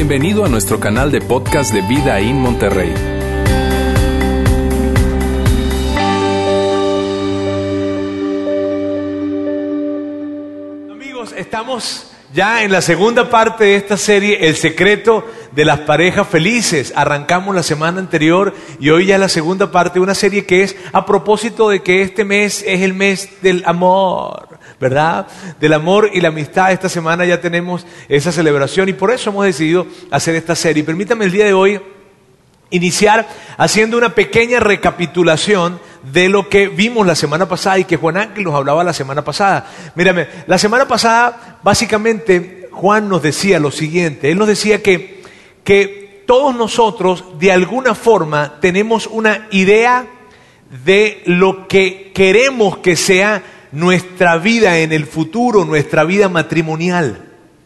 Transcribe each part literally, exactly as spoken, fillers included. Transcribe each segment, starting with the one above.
Bienvenido a nuestro canal de podcast de Vida en Monterrey. Amigos, estamos ya en la segunda parte de esta serie, El secreto de las parejas felices. Arrancamos la semana anterior y hoy ya la segunda parte de una serie que es a propósito de que este mes es el mes del amor, ¿verdad? Del amor y la amistad. Esta semana ya tenemos esa celebración y por eso hemos decidido hacer esta serie. Permítame el día de hoy iniciar haciendo una pequeña recapitulación de lo que vimos la semana pasada y que Juan Ángel nos hablaba la semana pasada. Mírame, la semana pasada básicamente Juan nos decía lo siguiente. Él nos decía que, que todos nosotros de alguna forma tenemos una idea de lo que queremos que sea nuestra vida en el futuro, nuestra vida matrimonial.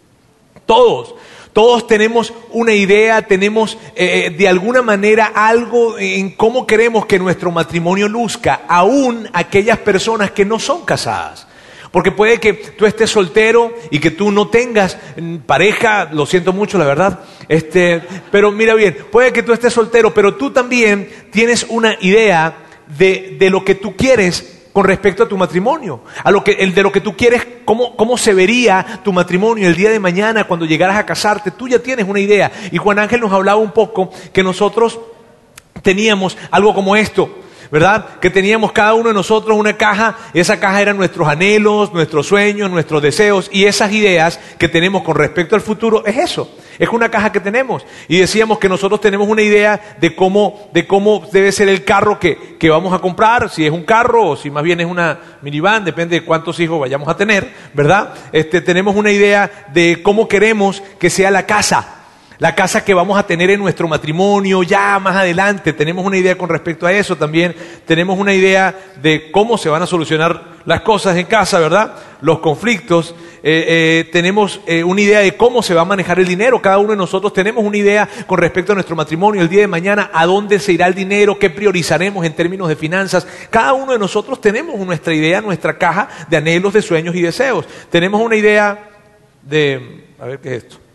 Todos. Todos tenemos una idea, tenemos eh, de alguna manera algo en cómo queremos que nuestro matrimonio luzca, aún aquellas personas que no son casadas. Porque puede que tú estés soltero y que tú no tengas pareja, lo siento mucho, la verdad. Este, pero mira bien, puede que tú estés soltero, pero tú también tienes una idea de, de lo que tú quieres con respecto a tu matrimonio, a lo que, el de lo que tú quieres, cómo, cómo se vería tu matrimonio el día de mañana cuando llegaras a casarte. Tú ya tienes una idea. Y Juan Ángel nos hablaba un poco que nosotros teníamos algo como esto, ¿verdad? Que teníamos cada uno de nosotros una caja, esa caja eran nuestros anhelos, nuestros sueños, nuestros deseos, y esas ideas que tenemos con respecto al futuro es eso, es una caja que tenemos. Y decíamos que nosotros tenemos una idea de cómo, de cómo debe ser el carro que, que vamos a comprar, si es un carro o si más bien es una minivan, depende de cuántos hijos vayamos a tener, ¿verdad? Este, tenemos una idea de cómo queremos que sea la casa. La casa que vamos a tener en nuestro matrimonio ya más adelante, tenemos una idea con respecto a eso también, tenemos una idea de cómo se van a solucionar las cosas en casa, ¿verdad? Los conflictos, eh, eh, tenemos eh, una idea de cómo se va a manejar el dinero, cada uno de nosotros tenemos una idea con respecto a nuestro matrimonio, el día de mañana, a dónde se irá el dinero, qué priorizaremos en términos de finanzas, cada uno de nosotros tenemos nuestra idea, nuestra caja de anhelos, de sueños y deseos, tenemos una idea de, a ver qué es esto.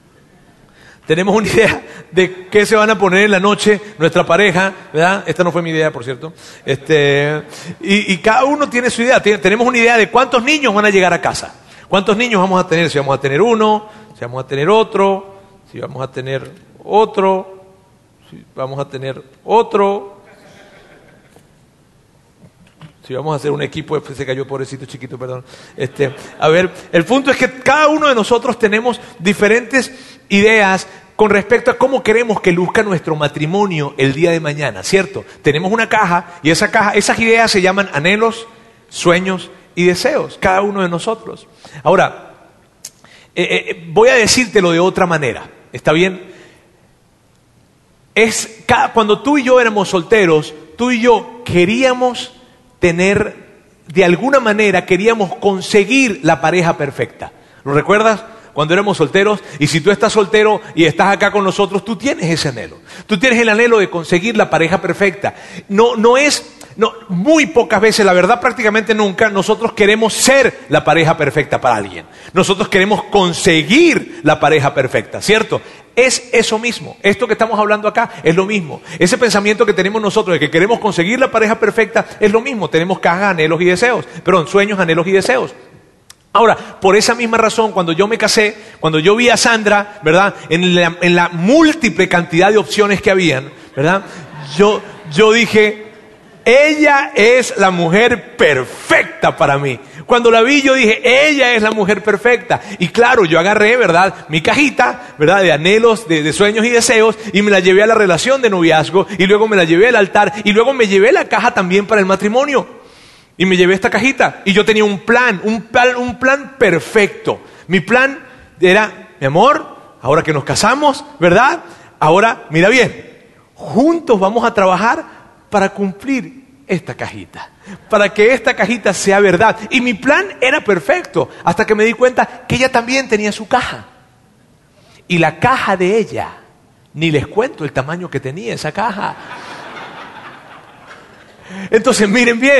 Tenemos una idea de qué se van a poner en la noche nuestra pareja, ¿verdad? Esta no fue mi idea, por cierto. Este, y, y cada uno tiene su idea. Tien, tenemos una idea de cuántos niños van a llegar a casa. ¿Cuántos niños vamos a tener? Si vamos a tener uno, si vamos a tener otro, si vamos a tener otro, si vamos a tener otro. Si vamos a hacer un equipo, después se cayó pobrecito chiquito, perdón. Este, a ver, el punto es que cada uno de nosotros tenemos diferentes ideas con respecto a cómo queremos que luzca nuestro matrimonio el día de mañana, ¿cierto? Tenemos una caja y esa caja, esas ideas se llaman anhelos, sueños y deseos, cada uno de nosotros. Ahora, eh, eh, voy a decírtelo de otra manera, ¿está bien? Es cada, cuando tú y yo éramos solteros, tú y yo queríamos tener, de alguna manera, queríamos conseguir la pareja perfecta. ¿Lo recuerdas? Cuando éramos solteros, y si tú estás soltero y estás acá con nosotros, tú tienes ese anhelo. Tú tienes el anhelo de conseguir la pareja perfecta. No, no es, no, muy pocas veces, la verdad prácticamente nunca, nosotros queremos ser la pareja perfecta para alguien. Nosotros queremos conseguir la pareja perfecta, ¿cierto? Es eso mismo. Esto que estamos hablando acá es lo mismo. Ese pensamiento que tenemos nosotros de que queremos conseguir la pareja perfecta es lo mismo. Tenemos caja, anhelos y deseos. Perdón, sueños, anhelos y deseos. Ahora, por esa misma razón, cuando yo me casé, cuando yo vi a Sandra, ¿verdad? En la, en la múltiple cantidad de opciones que habían, ¿verdad? Yo, yo dije, ella es la mujer perfecta para mí. Cuando la vi yo dije, ella es la mujer perfecta. Y claro, yo agarré, ¿verdad? Mi cajita, ¿verdad? De anhelos, de, de sueños y deseos, y me la llevé a la relación de noviazgo, y luego me la llevé al altar, y luego me llevé la caja también para el matrimonio. Y me llevé esta cajita, y yo tenía un plan, un plan, un plan perfecto. Mi plan era, mi amor, ahora que nos casamos, ¿verdad? Ahora, mira bien, juntos vamos a trabajar para cumplir esta cajita, para que esta cajita sea verdad. Y mi plan era perfecto, hasta que me di cuenta que ella también tenía su caja. Y la caja de ella, ni les cuento el tamaño que tenía esa caja. Entonces miren bien,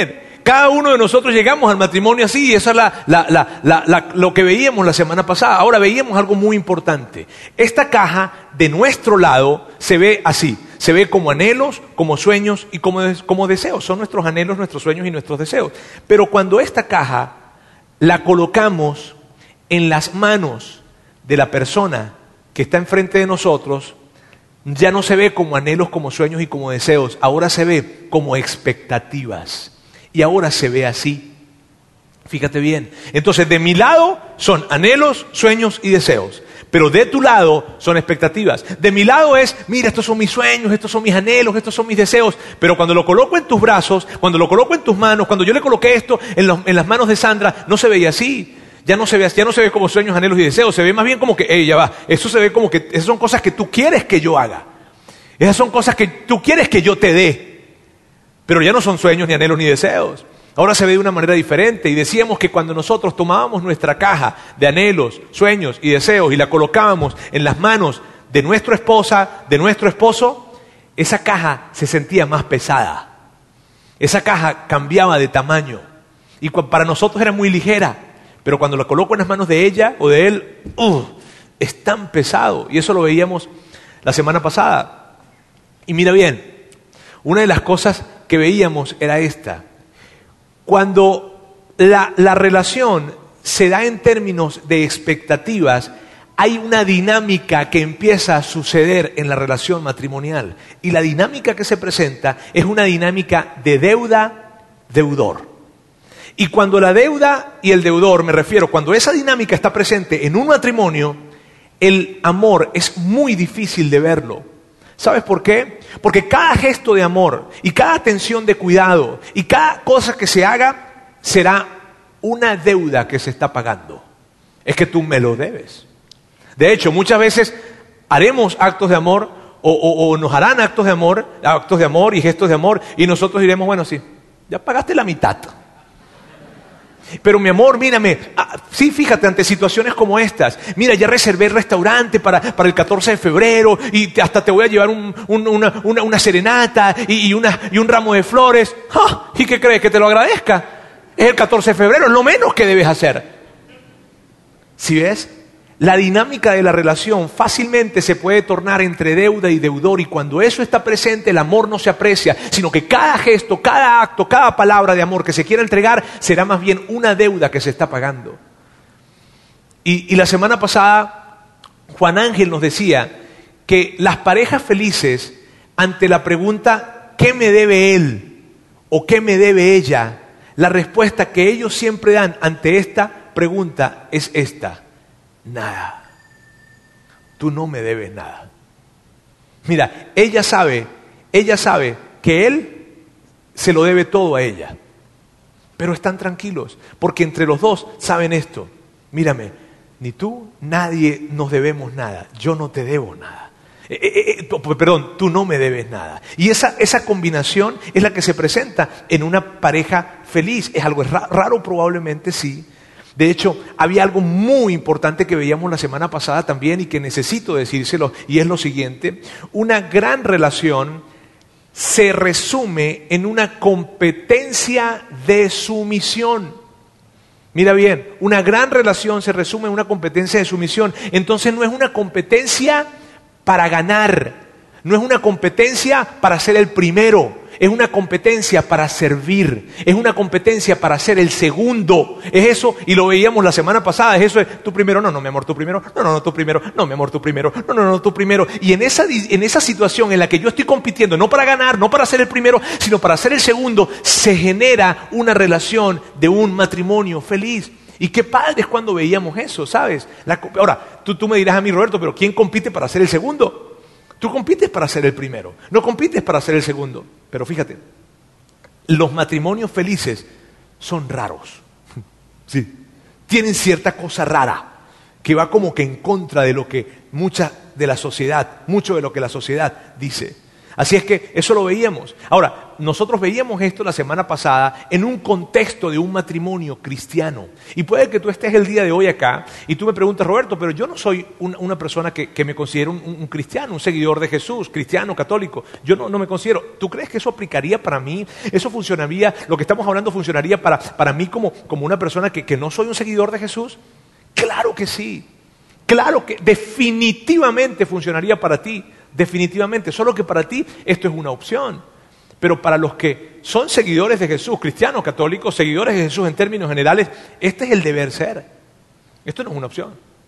Cada uno de nosotros llegamos al matrimonio así, y eso es la, la, la, la, la, lo que veíamos la semana pasada. Ahora veíamos algo muy importante. Esta caja de nuestro lado se ve así. Se ve como anhelos, como sueños y como, como deseos. Son nuestros anhelos, nuestros sueños y nuestros deseos. Pero cuando esta caja la colocamos en las manos de la persona que está enfrente de nosotros, ya no se ve como anhelos, como sueños y como deseos. Ahora se ve como expectativas. Y ahora se ve así. Fíjate bien. Entonces, de mi lado son anhelos, sueños y deseos. Pero de tu lado son expectativas. De mi lado es, mira, estos son mis sueños, estos son mis anhelos, estos son mis deseos. Pero cuando lo coloco en tus brazos, cuando lo coloco en tus manos, cuando yo le coloqué esto en, los, en las manos de Sandra, no se veía así. Ya no se ve, ya no se ve como sueños, anhelos y deseos. Se ve más bien como que, hey, ya va. Eso se ve como que, esas son cosas que tú quieres que yo haga. Esas son cosas que tú quieres que yo te dé. Pero ya no son sueños, ni anhelos, ni deseos. Ahora se ve de una manera diferente. Y decíamos que cuando nosotros tomábamos nuestra caja de anhelos, sueños y deseos y la colocábamos en las manos de nuestra esposa, de nuestro esposo, esa caja se sentía más pesada. Esa caja cambiaba de tamaño. Y para nosotros era muy ligera. Pero cuando la coloco en las manos de ella o de él, uh, es tan pesado. Y eso lo veíamos la semana pasada. Y mira bien, una de las cosas que veíamos era esta. Cuando la, la relación se da en términos de expectativas, hay una dinámica que empieza a suceder en la relación matrimonial. Y la dinámica que se presenta es una dinámica de deuda-deudor. Y cuando la deuda y el deudor, me refiero, cuando esa dinámica está presente en un matrimonio, el amor es muy difícil de verlo. ¿Sabes por qué? Porque cada gesto de amor y cada atención de cuidado y cada cosa que se haga será una deuda que se está pagando. Es que tú me lo debes. De hecho, muchas veces haremos actos de amor o, o, o nos harán actos de amor, actos de amor y gestos de amor, y nosotros diremos, bueno, sí, ya pagaste la mitad. Pero mi amor, mírame, ah, sí, fíjate, ante situaciones como estas, mira, ya reservé el restaurante para, para el catorce de febrero y te, hasta te voy a llevar un, un, una, una, una serenata y, y, una, y un ramo de flores. ¡Ah! ¿Y qué crees? ¿Que te lo agradezca? Es el catorce de febrero, es lo menos que debes hacer. ¿Sí ves? La dinámica de la relación fácilmente se puede tornar entre deuda y deudor, y cuando eso está presente el amor no se aprecia, sino que cada gesto, cada acto, cada palabra de amor que se quiera entregar será más bien una deuda que se está pagando. Y, y la semana pasada Juan Ángel nos decía que las parejas felices, ante la pregunta ¿qué me debe él o qué me debe ella?, la respuesta que ellos siempre dan ante esta pregunta es esta: nada. Tú no me debes nada. Mira, ella sabe, ella sabe que él se lo debe todo a ella. Pero están tranquilos, porque entre los dos saben esto: mírame, ni tú, nadie nos debemos nada. Yo no te debo nada. Eh, eh, eh, perdón, tú no me debes nada. Y esa, esa combinación es la que se presenta en una pareja feliz. Es algo raro, raro probablemente, sí. De hecho, había algo muy importante que veíamos la semana pasada también y que necesito decírselo, y es lo siguiente: una gran relación se resume en una competencia de sumisión. Mira bien, una gran relación se resume en una competencia de sumisión. Entonces no es una competencia para ganar, no es una competencia para ser el primero. Es una competencia para servir, es una competencia para ser el segundo. Es eso, y lo veíamos la semana pasada, es eso de tú primero, no, no, mi amor, tú primero, no, no, no, tú primero, no, mi amor, tú primero, no, no, no, tú primero. Y en esa, en esa situación en la que yo estoy compitiendo, no para ganar, no para ser el primero, sino para ser el segundo, se genera una relación de un matrimonio feliz. Y qué padre es cuando veíamos eso, ¿sabes? La, ahora, tú, tú me dirás a mí, Roberto, pero ¿quién compite para ser el segundo? Tú compites para ser el primero, no compites para ser el segundo. Pero fíjate, los matrimonios felices son raros. Sí, tienen cierta cosa rara que va como que en contra de lo que mucha de la sociedad, mucho de lo que la sociedad dice. Así es que eso lo veíamos. Ahora, nosotros veíamos esto la semana pasada en un contexto de un matrimonio cristiano. Y puede que tú estés el día de hoy acá y tú me preguntas, Roberto, pero yo no soy una, una persona que, que me considero un, un cristiano, un seguidor de Jesús, cristiano, católico. Yo no, no me considero. ¿Tú crees que eso aplicaría para mí? ¿Eso funcionaría? ¿Lo que estamos hablando funcionaría para, para mí como, como una persona que, que no soy un seguidor de Jesús? Claro que sí. Claro que definitivamente funcionaría para ti. Definitivamente, solo que para ti esto es una opción. Pero para los que son seguidores de Jesús, cristianos, católicos, seguidores de Jesús en términos generales, este es el deber ser. Esto no es una opción.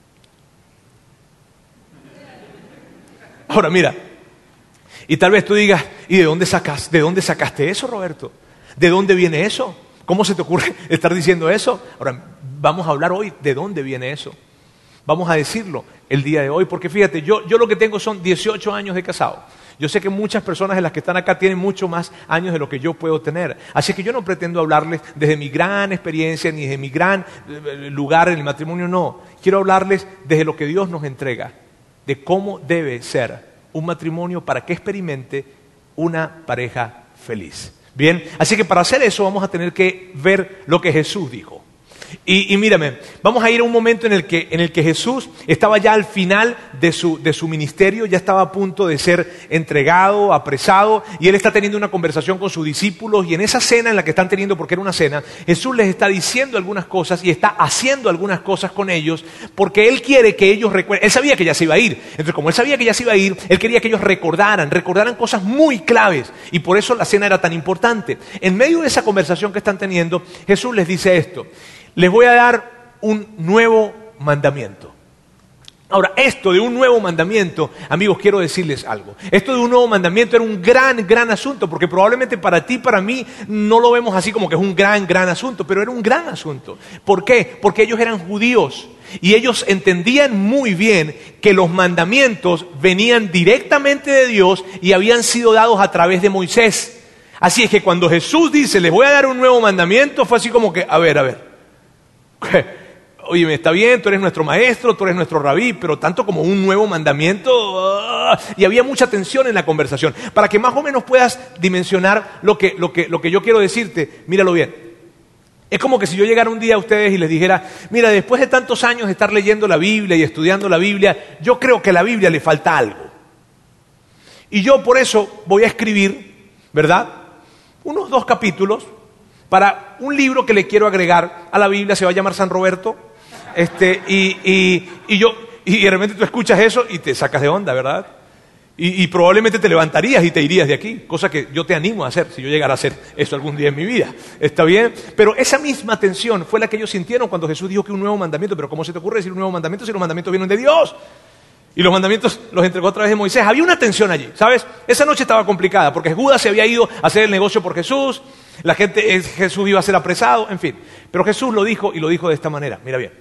Ahora mira, y tal vez tú digas, ¿y de dónde sacas, de dónde sacaste eso, Roberto? ¿De dónde viene eso? ¿Cómo se te ocurre estar diciendo eso? Ahora, vamos a hablar hoy de dónde viene eso. Vamos a decirlo el día de hoy, porque fíjate, yo, yo lo que tengo son dieciocho años de casado. Yo sé que muchas personas de las que están acá tienen mucho más años de lo que yo puedo tener. Así que yo no pretendo hablarles desde mi gran experiencia, ni desde mi gran lugar en el matrimonio, no. Quiero hablarles desde lo que Dios nos entrega, de cómo debe ser un matrimonio para que experimente una pareja feliz. Bien, así que para hacer eso vamos a tener que ver lo que Jesús dijo. Y, y mírame, vamos a ir a un momento en el que, en el que Jesús estaba ya al final de su, de su ministerio, ya estaba a punto de ser entregado, apresado, y Él está teniendo una conversación con sus discípulos, y en esa cena en la que están teniendo, porque era una cena, Jesús les está diciendo algunas cosas y está haciendo algunas cosas con ellos, porque Él quiere que ellos recuerden. Él sabía que ya se iba a ir, entonces como Él sabía que ya se iba a ir, Él quería que ellos recordaran, recordaran cosas muy claves, y por eso la cena era tan importante. En medio de esa conversación que están teniendo, Jesús les dice esto: les voy a dar un nuevo mandamiento. Ahora, esto de un nuevo mandamiento, amigos, quiero decirles algo. Esto de un nuevo mandamiento era un gran, gran asunto, porque probablemente para ti, para mí, no lo vemos así como que es un gran, gran asunto, pero era un gran asunto. ¿Por qué? Porque ellos eran judíos y ellos entendían muy bien que los mandamientos venían directamente de Dios y habían sido dados a través de Moisés. Así es que cuando Jesús dice, les voy a dar un nuevo mandamiento, fue así como que, a ver, a ver. Oye, está bien, tú eres nuestro maestro, tú eres nuestro rabí, pero tanto como un nuevo mandamiento. Uh, y había mucha tensión en la conversación. Para que más o menos puedas dimensionar lo que, lo que, lo que yo quiero decirte, míralo bien. Es como que si yo llegara un día a ustedes y les dijera, mira, después de tantos años de estar leyendo la Biblia y estudiando la Biblia, yo creo que a la Biblia le falta algo. Y yo por eso voy a escribir, ¿verdad?, unos dos capítulos para un libro que le quiero agregar a la Biblia. Se va a llamar San Roberto. Este, y, y, y yo, y de repente tú escuchas eso y te sacas de onda, ¿verdad? Y, y probablemente te levantarías y te irías de aquí, cosa que yo te animo a hacer si yo llegara a hacer eso algún día en mi vida. ¿Está bien? Pero esa misma tensión fue la que ellos sintieron cuando Jesús dijo que un nuevo mandamiento. Pero ¿cómo se te ocurre decir un nuevo mandamiento si los mandamientos vienen de Dios? Y los mandamientos los entregó a través de Moisés. Había una tensión allí, ¿sabes? Esa noche estaba complicada porque Judas se había ido a hacer el negocio por Jesús. La gente, Jesús iba a ser apresado, en fin. Pero Jesús lo dijo y lo dijo de esta manera. Mira bien.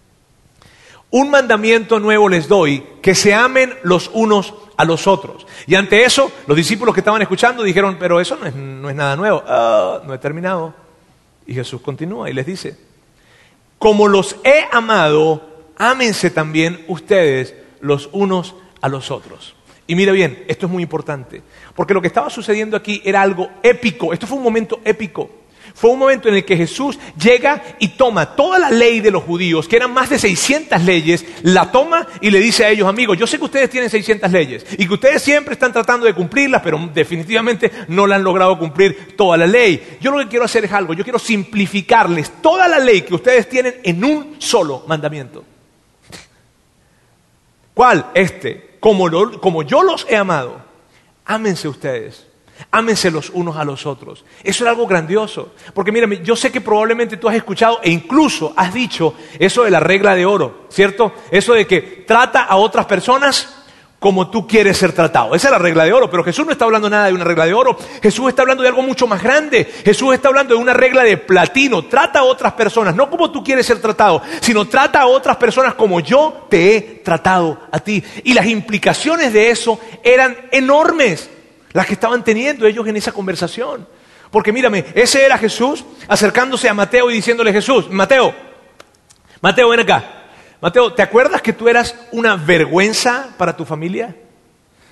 Un mandamiento nuevo les doy, que se amen los unos a los otros. Y ante eso, los discípulos que estaban escuchando dijeron, pero eso no es, no es nada nuevo. Oh, no he terminado. Y Jesús continúa y les dice, como los he amado, ámense también ustedes los unos a los otros. Y mira bien, esto es muy importante, porque lo que estaba sucediendo aquí era algo épico. Esto fue un momento épico. Fue un momento en el que Jesús llega y toma toda la ley de los judíos, que eran más de seiscientas leyes, la toma y le dice a ellos, amigos, yo sé que ustedes tienen seiscientas leyes y que ustedes siempre están tratando de cumplirlas, pero definitivamente no la han logrado cumplir toda la ley. Yo lo que quiero hacer es algo, yo quiero simplificarles toda la ley que ustedes tienen en un solo mandamiento. ¿Cuál? Este. Como, lo, como yo los he amado, ámense ustedes. Ámense los unos a los otros. Eso era algo grandioso. Porque mírame, yo sé que probablemente tú has escuchado e incluso has dicho eso de la regla de oro, ¿cierto? Eso de que trata a otras personas como tú quieres ser tratado. Esa es la regla de oro, pero Jesús no está hablando nada de una regla de oro. Jesús está hablando de algo mucho más grande. Jesús está hablando de una regla de platino. Trata a otras personas, no como tú quieres ser tratado, sino trata a otras personas como yo te he tratado a ti. Y las implicaciones de eso eran enormes, las que estaban teniendo ellos en esa conversación. Porque mírame, ese era Jesús acercándose a Mateo y diciéndole, Jesús, Mateo, Mateo, ven acá. Mateo, ¿te acuerdas que tú eras una vergüenza para tu familia?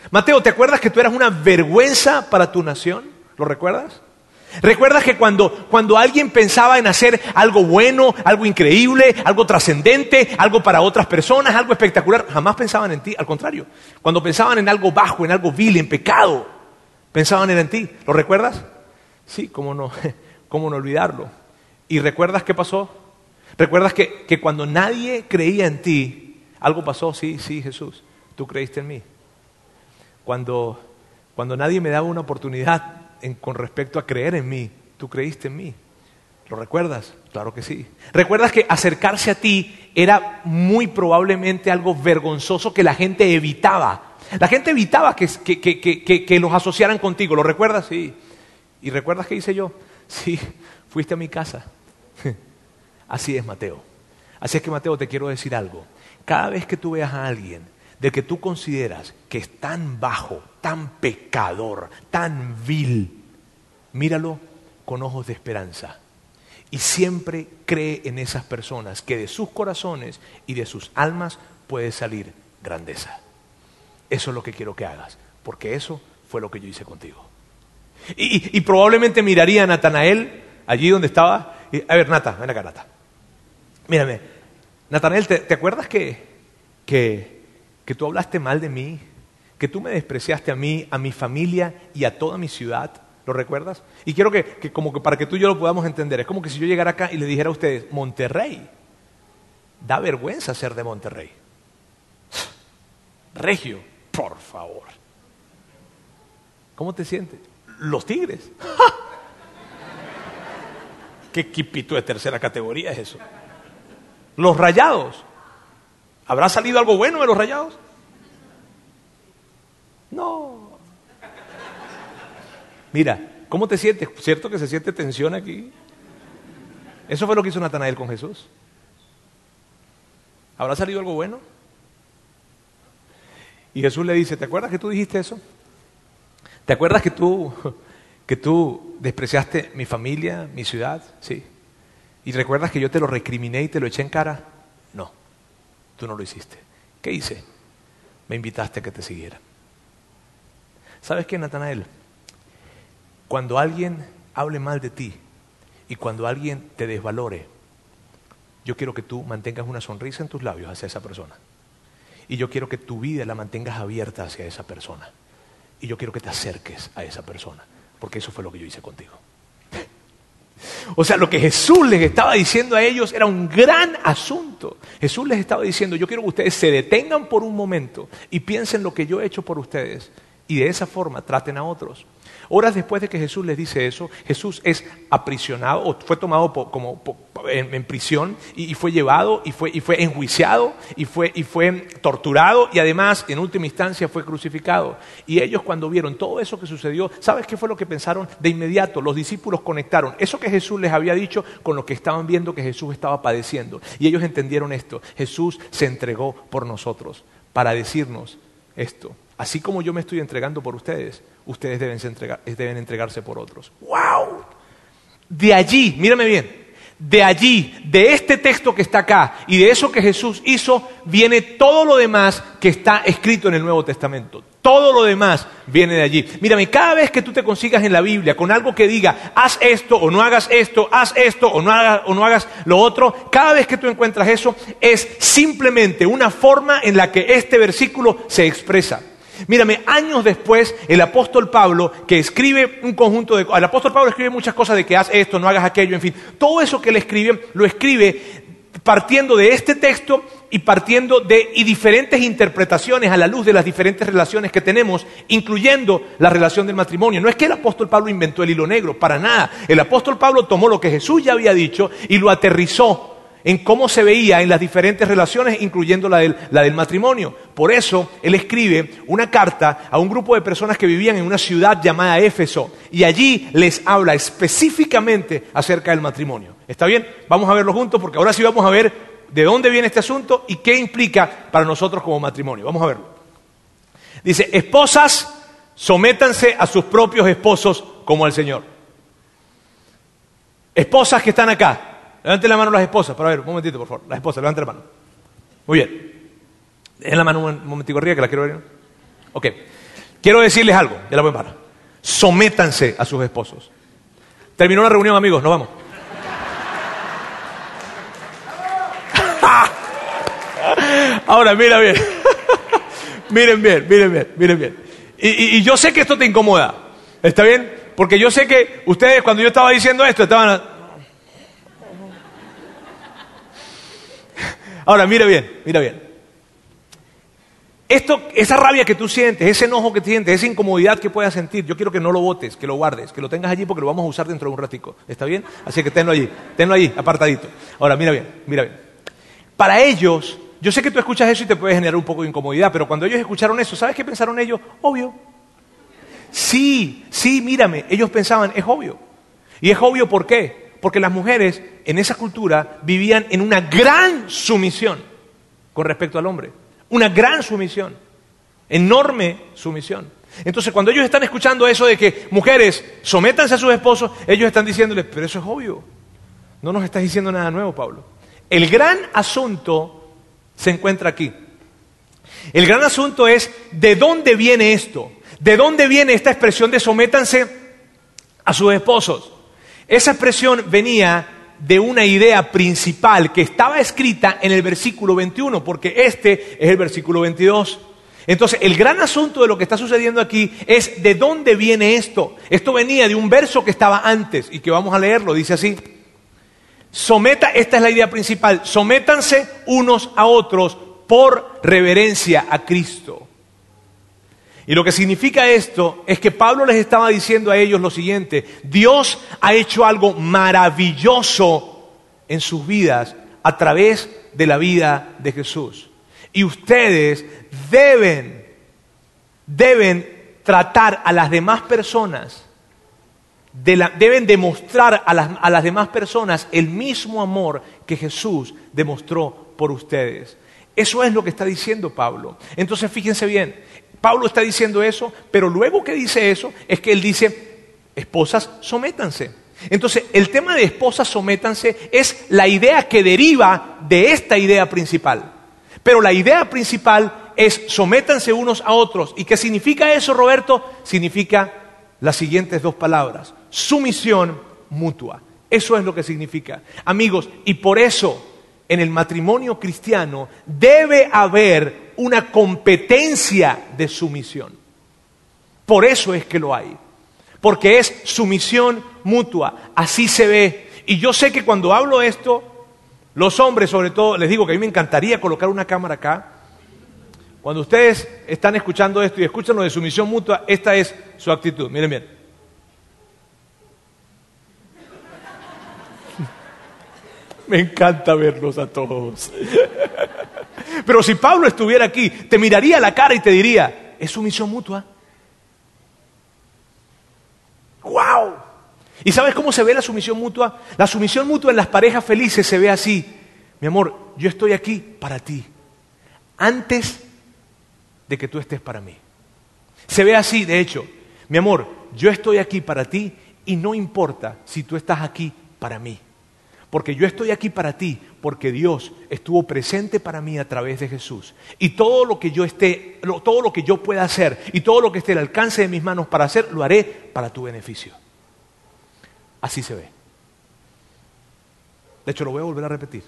Mateo, ¿te acuerdas que tú eras una vergüenza para tu nación? ¿Lo recuerdas? ¿Recuerdas que cuando, cuando alguien pensaba en hacer algo bueno, algo increíble, algo trascendente, algo para otras personas, algo espectacular, jamás pensaban en ti? Al contrario, cuando pensaban en algo bajo, en algo vil, en pecado, pensaban en ti. ¿Lo recuerdas? Sí, cómo no, cómo no olvidarlo. ¿Y recuerdas qué pasó? ¿Recuerdas que, que cuando nadie creía en ti, algo pasó? Sí, sí, Jesús, tú creíste en mí. Cuando, cuando nadie me daba una oportunidad en, con respecto a creer en mí, tú creíste en mí. ¿Lo recuerdas? Claro que sí. ¿Recuerdas que acercarse a ti era muy probablemente algo vergonzoso que la gente evitaba? La gente evitaba que, que, que, que, que los asociaran contigo. ¿Lo recuerdas? Sí. ¿Y recuerdas qué hice yo? Sí, fuiste a mi casa. Así es, Mateo. Así es que, Mateo, te quiero decir algo. Cada vez que tú veas a alguien de que tú consideras que es tan bajo, tan pecador, tan vil, míralo con ojos de esperanza. Y siempre cree en esas personas, que de sus corazones y de sus almas puede salir grandeza. Eso es lo que quiero que hagas, porque eso fue lo que yo hice contigo. Y, y, y probablemente miraría a Natanael, allí donde estaba. Y, a ver, Nata, ven acá, Nata. Mírame, Natanael, ¿te, te acuerdas que, que, que tú hablaste mal de mí? Que tú me despreciaste a mí, a mi familia y a toda mi ciudad. ¿Lo recuerdas? Y quiero que, que como que para que tú y yo lo podamos entender, es como que si yo llegara acá y le dijera a ustedes, Monterrey, da vergüenza ser de Monterrey. Regio, por favor. ¿Cómo te sientes? Los Tigres. ¡Ja! ¿Qué equipito de tercera categoría es eso? Los Rayados. ¿Habrá salido algo bueno de los Rayados? No. Mira, ¿cómo te sientes? ¿Cierto que se siente tensión aquí? Eso fue lo que hizo Natanael con Jesús. ¿Habrá salido algo bueno? Y Jesús le dice, ¿te acuerdas que tú dijiste eso? ¿Te acuerdas que tú, que tú despreciaste mi familia, mi ciudad? Sí. ¿Y recuerdas que yo te lo recriminé y te lo eché en cara? No, tú no lo hiciste. ¿Qué hice? Me invitaste a que te siguiera. ¿Sabes qué, Natanael? Cuando alguien hable mal de ti y cuando alguien te desvalore, yo quiero que tú mantengas una sonrisa en tus labios hacia esa persona. Y yo quiero que tu vida la mantengas abierta hacia esa persona. Y yo quiero que te acerques a esa persona, porque eso fue lo que yo hice contigo. O sea, lo que Jesús les estaba diciendo a ellos era un gran asunto. Jesús les estaba diciendo, yo quiero que ustedes se detengan por un momento y piensen lo que yo he hecho por ustedes. Y de esa forma traten a otros. Horas después de que Jesús les dice eso, Jesús es aprisionado, o fue tomado po, como po, en, en prisión, y, y fue llevado, y fue, y fue enjuiciado, y fue, y fue torturado, y además, en última instancia, fue crucificado. Y ellos, cuando vieron todo eso que sucedió, ¿sabes qué fue lo que pensaron? De inmediato, los discípulos conectaron eso que Jesús les había dicho con lo que estaban viendo que Jesús estaba padeciendo. Y ellos entendieron esto. Jesús se entregó por nosotros para decirnos esto. Así como yo me estoy entregando por ustedes, ustedes deben, entregar, deben entregarse por otros. ¡Wow! De allí, mírame bien, de allí, de este texto que está acá y de eso que Jesús hizo, viene todo lo demás que está escrito en el Nuevo Testamento. Todo lo demás viene de allí. Mírame, cada vez que tú te consigas en la Biblia con algo que diga, haz esto o no hagas esto, haz esto o no hagas, o no hagas lo otro, cada vez que tú encuentras eso, es simplemente una forma en la que este versículo se expresa. Mírame, años después, el apóstol Pablo, que escribe un conjunto de... El apóstol Pablo escribe muchas cosas de que haz esto, no hagas aquello, en fin. Todo eso que él escribe, lo escribe partiendo de este texto y partiendo de y diferentes interpretaciones a la luz de las diferentes relaciones que tenemos, incluyendo la relación del matrimonio. No es que el apóstol Pablo inventó el hilo negro, para nada. El apóstol Pablo tomó lo que Jesús ya había dicho y lo aterrizó en cómo se veía en las diferentes relaciones, incluyendo la del, la del matrimonio. Por eso, él escribe una carta a un grupo de personas que vivían en una ciudad llamada Éfeso, y allí les habla específicamente acerca del matrimonio. ¿Está bien? Vamos a verlo juntos, porque ahora sí vamos a ver de dónde viene este asunto y qué implica para nosotros como matrimonio. Vamos a verlo. Dice, esposas, sométanse a sus propios esposos como al Señor. Esposas que están acá. Levanten la mano las esposas, para ver, un momentito, por favor. Las esposas, levanten la mano. Muy bien. Dejen la mano un momentico arriba que la quiero ver. Ok. quiero decirles algo, ya la voy a parar. Sométanse a sus esposos. Terminó la reunión, amigos, nos vamos. Ahora, mira bien. Miren bien, miren bien, miren bien. Y, y, y yo sé que esto te incomoda, ¿está bien? Porque yo sé que ustedes, cuando yo estaba diciendo esto, estaban... Ahora, mira bien, mira bien. Esto, esa rabia que tú sientes, ese enojo que sientes, esa incomodidad que puedas sentir, yo quiero que no lo botes, que lo guardes, que lo tengas allí porque lo vamos a usar dentro de un ratico, ¿está bien? Así que tenlo allí, tenlo allí, apartadito. Ahora, mira bien, mira bien. Para ellos, yo sé que tú escuchas eso y te puede generar un poco de incomodidad, pero cuando ellos escucharon eso, ¿sabes qué pensaron ellos? Obvio. Sí, sí, mírame, ellos pensaban, es obvio. Y es obvio, ¿por qué? Porque las mujeres en esa cultura vivían en una gran sumisión con respecto al hombre. Una gran sumisión, enorme sumisión. Entonces, cuando ellos están escuchando eso de que mujeres sométanse a sus esposos, ellos están diciéndoles, pero eso es obvio. No nos estás diciendo nada nuevo, Pablo. El gran asunto se encuentra aquí. El gran asunto es, ¿de dónde viene esto? ¿De dónde viene esta expresión de sométanse a sus esposos? Esa expresión venía de una idea principal que estaba escrita en el versículo veintiuno, porque este es el versículo veintidós. Entonces, el gran asunto de lo que está sucediendo aquí es ¿de dónde viene esto? Esto venía de un verso que estaba antes y que vamos a leerlo, dice así. Someta, esta es la idea principal, sométanse unos a otros por reverencia a Cristo. Y lo que significa esto es que Pablo les estaba diciendo a ellos lo siguiente: Dios ha hecho algo maravilloso en sus vidas a través de la vida de Jesús. Y ustedes deben, deben tratar a las demás personas, de la, deben demostrar a las, a las demás personas el mismo amor que Jesús demostró por ustedes. Eso es lo que está diciendo Pablo. Entonces fíjense bien, Pablo está diciendo eso, pero luego que dice eso es que él dice, esposas, sométanse. Entonces el tema de esposas, sométanse es la idea que deriva de esta idea principal. Pero la idea principal es sométanse unos a otros. ¿Y qué significa eso, Roberto? Significa las siguientes dos palabras: sumisión mutua. Eso es lo que significa. Amigos, y por eso en el matrimonio cristiano debe haber una competencia de sumisión. Por eso es que lo hay. Porque es sumisión mutua. Así se ve. Y yo sé que cuando hablo esto, los hombres sobre todo, les digo que a mí me encantaría colocar una cámara acá. Cuando ustedes están escuchando esto y escuchan lo de sumisión mutua, esta es su actitud. Miren bien. Me encanta verlos a todos. Pero si Pablo estuviera aquí, te miraría a la cara y te diría, ¿es sumisión mutua? ¡Wow! ¿Y sabes cómo se ve la sumisión mutua? La sumisión mutua en las parejas felices se ve así. Mi amor, yo estoy aquí para ti, antes de que tú estés para mí. Se ve así, de hecho. Mi amor, yo estoy aquí para ti y no importa si tú estás aquí para mí. Porque yo estoy aquí para ti, porque Dios estuvo presente para mí a través de Jesús. Y todo lo que yo esté, todo lo que yo pueda hacer y todo lo que esté al alcance de mis manos para hacer, lo haré para tu beneficio. Así se ve. De hecho, lo voy a volver a repetir.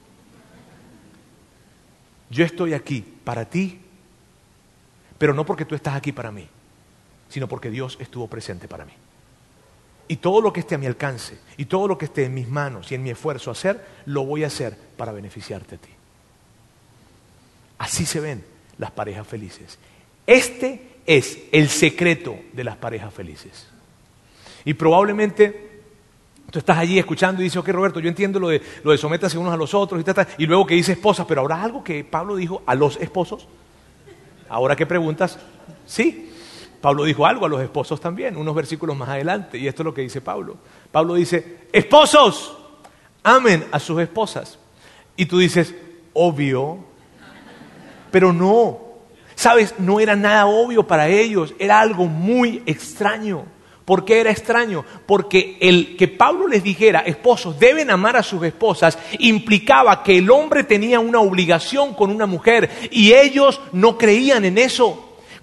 Yo estoy aquí para ti, pero no porque tú estás aquí para mí, sino porque Dios estuvo presente para mí. Y todo lo que esté a mi alcance, y todo lo que esté en mis manos y en mi esfuerzo hacer, lo voy a hacer para beneficiarte a ti. Así se ven las parejas felices. Este es el secreto de las parejas felices. Y probablemente tú estás allí escuchando y dices, ok, Roberto, yo entiendo lo de, lo de sométanse unos a los otros, y, tata, y luego que dice esposas, pero ¿habrá algo que Pablo dijo a los esposos? Ahora que preguntas, sí. Pablo dijo algo a los esposos también, unos versículos más adelante, y esto es lo que dice Pablo. Pablo dice, esposos, amen a sus esposas. Y tú dices, obvio, pero no. ¿Sabes? No era nada obvio para ellos, era algo muy extraño. ¿Por qué era extraño? Porque el que Pablo les dijera, esposos, deben amar a sus esposas, implicaba que el hombre tenía una obligación con una mujer, y ellos no creían en eso.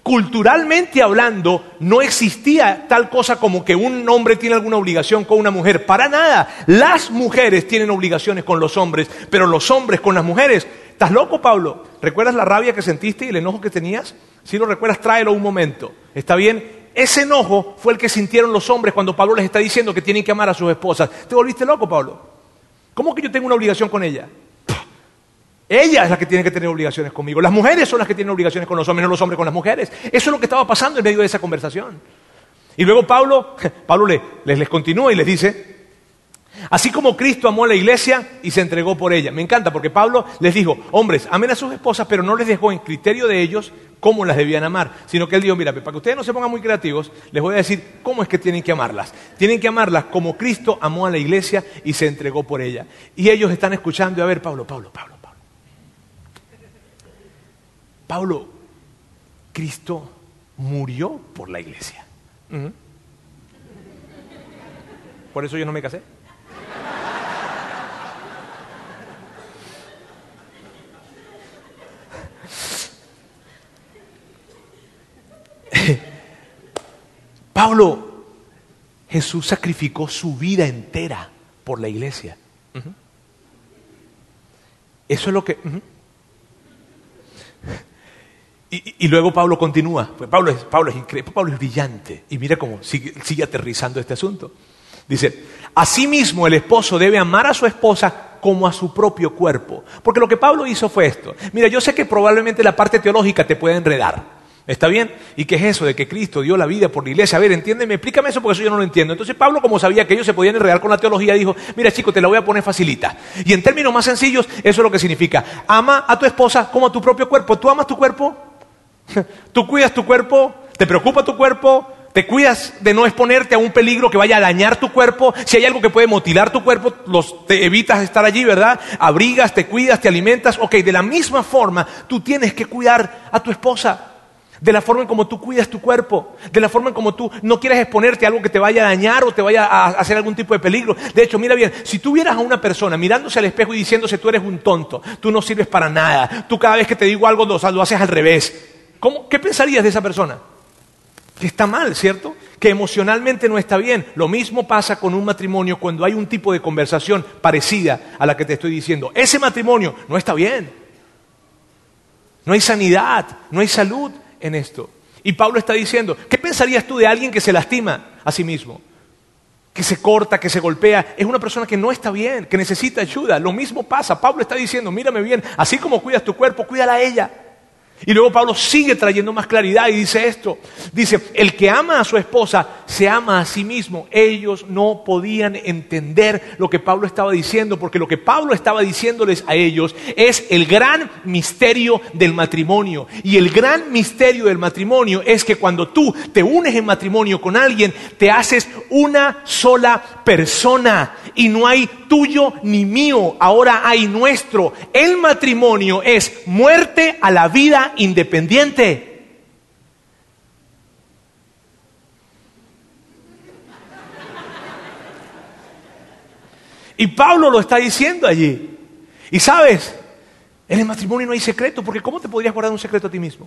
Culturalmente hablando, no existía tal cosa como que un hombre tiene alguna obligación con una mujer. Para nada. Las mujeres tienen obligaciones con los hombres, pero los hombres con las mujeres. ¿Estás loco, Pablo? ¿Recuerdas la rabia que sentiste y el enojo que tenías? Si lo recuerdas, tráelo un momento. ¿Está bien? Ese enojo fue el que sintieron los hombres cuando Pablo les está diciendo que tienen que amar a sus esposas. ¿Te volviste loco, Pablo? ¿Cómo que yo tengo una obligación con ella? Ella es la que tiene que tener obligaciones conmigo. Las mujeres son las que tienen obligaciones con los hombres, no los hombres con las mujeres. Eso es lo que estaba pasando en medio de esa conversación. Y luego Pablo, Pablo les, les, les continúa y les dice, así como Cristo amó a la iglesia y se entregó por ella. Me encanta porque Pablo les dijo, hombres, amen a sus esposas, pero no les dejó en criterio de ellos cómo las debían amar, sino que él dijo, mira, para que ustedes no se pongan muy creativos, les voy a decir cómo es que tienen que amarlas. Tienen que amarlas como Cristo amó a la iglesia y se entregó por ella. Y ellos están escuchando, y a ver, Pablo, Pablo, Pablo, Pablo. Pablo, Cristo murió por la iglesia. Uh-huh. Por eso yo no me casé. Pablo, Jesús sacrificó su vida entera por la iglesia. Uh-huh. Eso es lo que... Uh-huh. Y, y luego Pablo continúa. Pues Pablo, es, Pablo es increíble, Pablo es brillante. Y mira cómo sigue, sigue aterrizando este asunto. Dice, asimismo el esposo debe amar a su esposa como a su propio cuerpo. Porque lo que Pablo hizo fue esto. Mira, yo sé que probablemente la parte teológica te puede enredar. ¿Está bien? ¿Y qué es eso de que Cristo dio la vida por la iglesia? A ver, entiéndeme, explícame eso porque eso yo no lo entiendo. Entonces Pablo, como sabía que ellos se podían enredar con la teología, dijo, mira chico, te la voy a poner facilita. Y en términos más sencillos, eso es lo que significa. Ama a tu esposa como a tu propio cuerpo. ¿Tú amas tu cuerpo? ¿Tú cuidas tu cuerpo? ¿Te preocupa tu cuerpo? ¿Te cuidas de no exponerte a un peligro que vaya a dañar tu cuerpo? Si hay algo que puede mutilar tu cuerpo, los, te evitas estar allí, ¿verdad? Abrigas, te cuidas, te alimentas. Ok, de la misma forma, tú tienes que cuidar a tu esposa. De la forma en como tú cuidas tu cuerpo, de la forma en como tú no quieres exponerte a algo que te vaya a dañar o te vaya a hacer algún tipo de peligro. De hecho, mira bien, si tú vieras a una persona mirándose al espejo y diciéndose tú eres un tonto, tú no sirves para nada, tú cada vez que te digo algo lo, lo haces al revés, ¿cómo, ¿qué pensarías de esa persona? Que está mal, ¿cierto? Que emocionalmente no está bien. Lo mismo pasa con un matrimonio cuando hay un tipo de conversación parecida a la que te estoy diciendo. Ese matrimonio no está bien. No hay sanidad, no hay salud en esto. Y Pablo está diciendo, ¿qué pensarías tú de alguien que se lastima a sí mismo? Que se corta, que se golpea. Es una persona que no está bien, que necesita ayuda. Lo mismo pasa. Pablo está diciendo, mírame bien, así como cuidas tu cuerpo, cuídala a ella. Y luego Pablo sigue trayendo más claridad y dice esto. Dice, el que ama a su esposa se ama a sí mismo. Ellos no podían entender lo que Pablo estaba diciendo, porque lo que Pablo estaba diciéndoles a ellos es el gran misterio del matrimonio. Y el gran misterio del matrimonio es que cuando tú te unes en matrimonio con alguien, te haces una sola persona. Y no hay tuyo ni mío, ahora hay nuestro. El matrimonio es muerte a la vida independiente. Y Pablo lo está diciendo allí. Y sabes, en el matrimonio no hay secreto, porque ¿cómo te podrías guardar un secreto a ti mismo?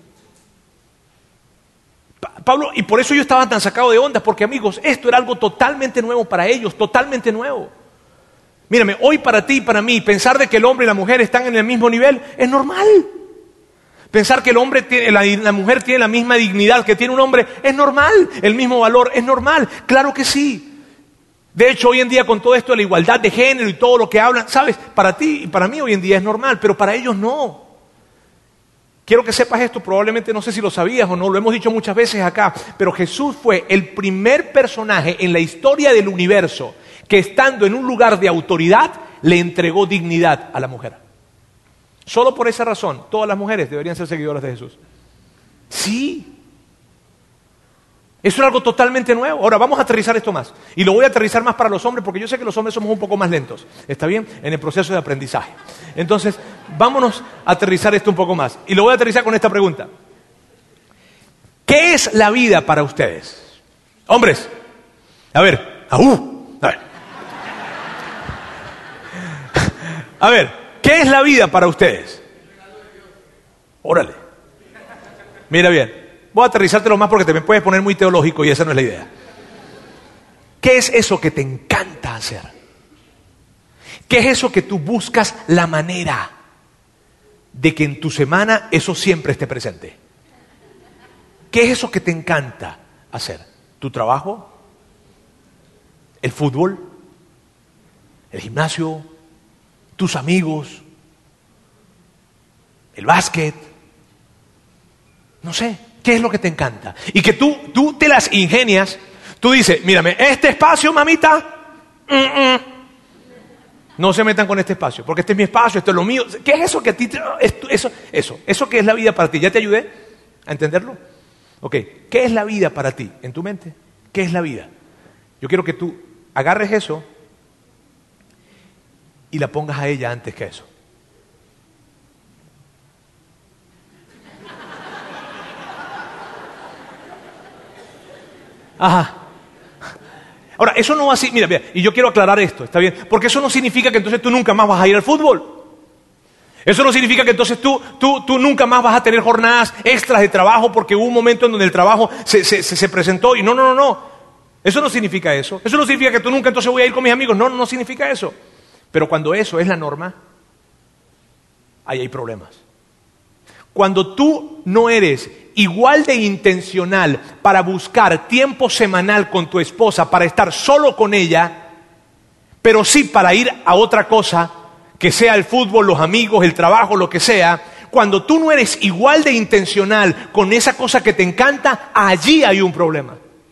Pa- Pablo, y por eso yo estaba tan sacado de onda, porque amigos, esto era algo totalmente nuevo para ellos, totalmente nuevo. Mírame, hoy para ti y para mí, pensar de que el hombre y la mujer están en el mismo nivel es normal. Pensar que el hombre tiene, la, la mujer tiene la misma dignidad que tiene un hombre es normal. El mismo valor es normal. Claro que sí. De hecho, hoy en día con todo esto de la igualdad de género y todo lo que hablan, ¿sabes? Para ti y para mí hoy en día es normal, pero para ellos no. Quiero que sepas esto, probablemente no sé si lo sabías o no, lo hemos dicho muchas veces acá, pero Jesús fue el primer personaje en la historia del universo que estando en un lugar de autoridad le entregó dignidad a la mujer. Solo por esa razón, todas las mujeres deberían ser seguidoras de Jesús. Sí. Eso es algo totalmente nuevo. Ahora vamos a aterrizar esto más. Y lo voy a aterrizar más para los hombres, porque yo sé que los hombres somos un poco más lentos. ¿Está bien? En el proceso de aprendizaje. Entonces, vámonos a aterrizar esto un poco más. Y lo voy a aterrizar con esta pregunta. ¿Qué es la vida para ustedes? Hombres. A ver. ¡Aú! A ver. A ver. ¿Qué es la vida para ustedes? Órale. Mira bien. voy a aterrizártelo más porque te me puedes poner muy teológico y esa no es la idea. ¿Qué es eso que te encanta hacer? ¿Qué es eso que tú buscas la manera de que en tu semana eso siempre esté presente? ¿Qué es eso que te encanta hacer? ¿Tu trabajo? ¿El fútbol? ¿El gimnasio? ¿Tus amigos? ¿El básquet? No sé, ¿qué es lo que te encanta? Y que tú, tú te las ingenias, tú dices, mírame, este espacio, mamita, mm-mm. no se metan con este espacio, porque este es mi espacio, esto es lo mío. ¿Qué es eso que a ti, te, esto, eso, eso, eso que es la vida para ti? ¿Ya te ayudé a entenderlo? Ok, ¿qué es la vida para ti en tu mente? ¿Qué es la vida? Yo quiero que tú agarres eso y la pongas a ella antes que eso. Ajá. Ahora, eso no va así, mira, mira, y yo quiero aclarar esto, ¿está bien? Porque eso no significa que entonces tú nunca más vas a ir al fútbol. Eso no significa que entonces tú, tú, tú nunca más vas a tener jornadas extras de trabajo porque hubo un momento en donde el trabajo se, se, se presentó y no, no, no, no. Eso no significa eso. Eso no significa que tú nunca entonces voy a ir con mis amigos. No, no, no significa eso. Pero cuando eso es la norma, ahí hay problemas. Cuando tú no eres igual de intencional para buscar tiempo semanal con tu esposa, para estar solo con ella, pero sí para ir a otra cosa, que sea el fútbol, los amigos, el trabajo, lo que sea, cuando tú no eres igual de intencional con esa cosa que te encanta, allí hay un problema.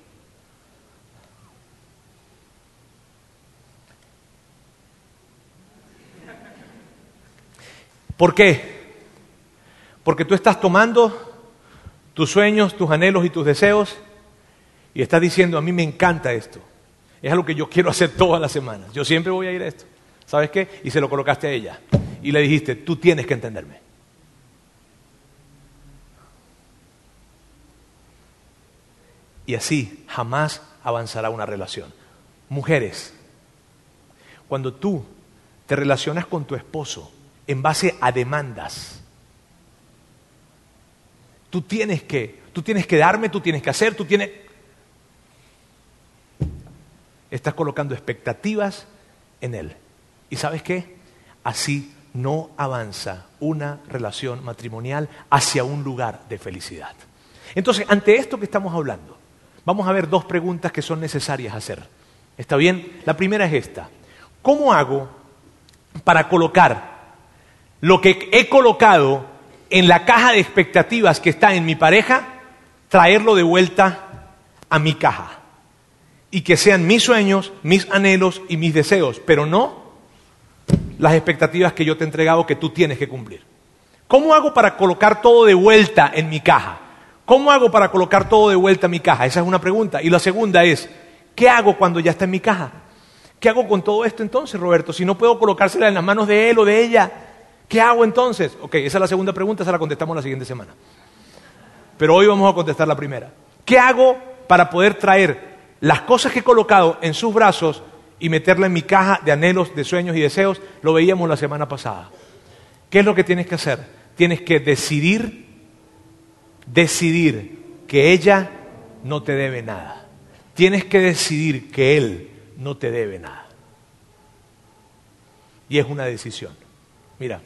¿Por qué? Porque tú estás tomando tus sueños, tus anhelos y tus deseos y estás diciendo, a mí me encanta esto. Es algo que yo quiero hacer todas las semanas. Yo siempre voy a ir a esto. ¿Sabes qué? Y se lo colocaste a ella. Y le dijiste, tú tienes que entenderme. Y así jamás avanzará una relación. Mujeres, cuando tú te relacionas con tu esposo en base a demandas, tú tienes que, tú tienes que darme, tú tienes que hacer, tú tienes... Estás colocando expectativas en él. ¿Y sabes qué? Así no avanza una relación matrimonial hacia un lugar de felicidad. Entonces, ante esto que estamos hablando, vamos a ver dos preguntas que son necesarias hacer. ¿Está bien? La primera es esta. ¿Cómo hago para colocar lo que he colocado en la caja de expectativas que está en mi pareja, traerlo de vuelta a mi caja? Y que sean mis sueños, mis anhelos y mis deseos, pero no las expectativas que yo te he entregado que tú tienes que cumplir. ¿Cómo hago para colocar todo de vuelta en mi caja? ¿Cómo hago para colocar todo de vuelta en mi caja? Esa es una pregunta. Y la segunda es, ¿qué hago cuando ya está en mi caja? ¿Qué hago con todo esto entonces, Roberto? Si no puedo colocársela en las manos de él o de ella, ¿qué hago entonces? Ok, esa es la segunda pregunta, esa la contestamos la siguiente semana. Pero hoy vamos a contestar la primera. ¿Qué hago para poder traer las cosas que he colocado en sus brazos y meterla en mi caja de anhelos, de sueños y deseos? Lo veíamos la semana pasada. ¿Qué es lo que tienes que hacer? Tienes que decidir, decidir que ella no te debe nada. Tienes que decidir que él no te debe nada. Y es una decisión. Mira,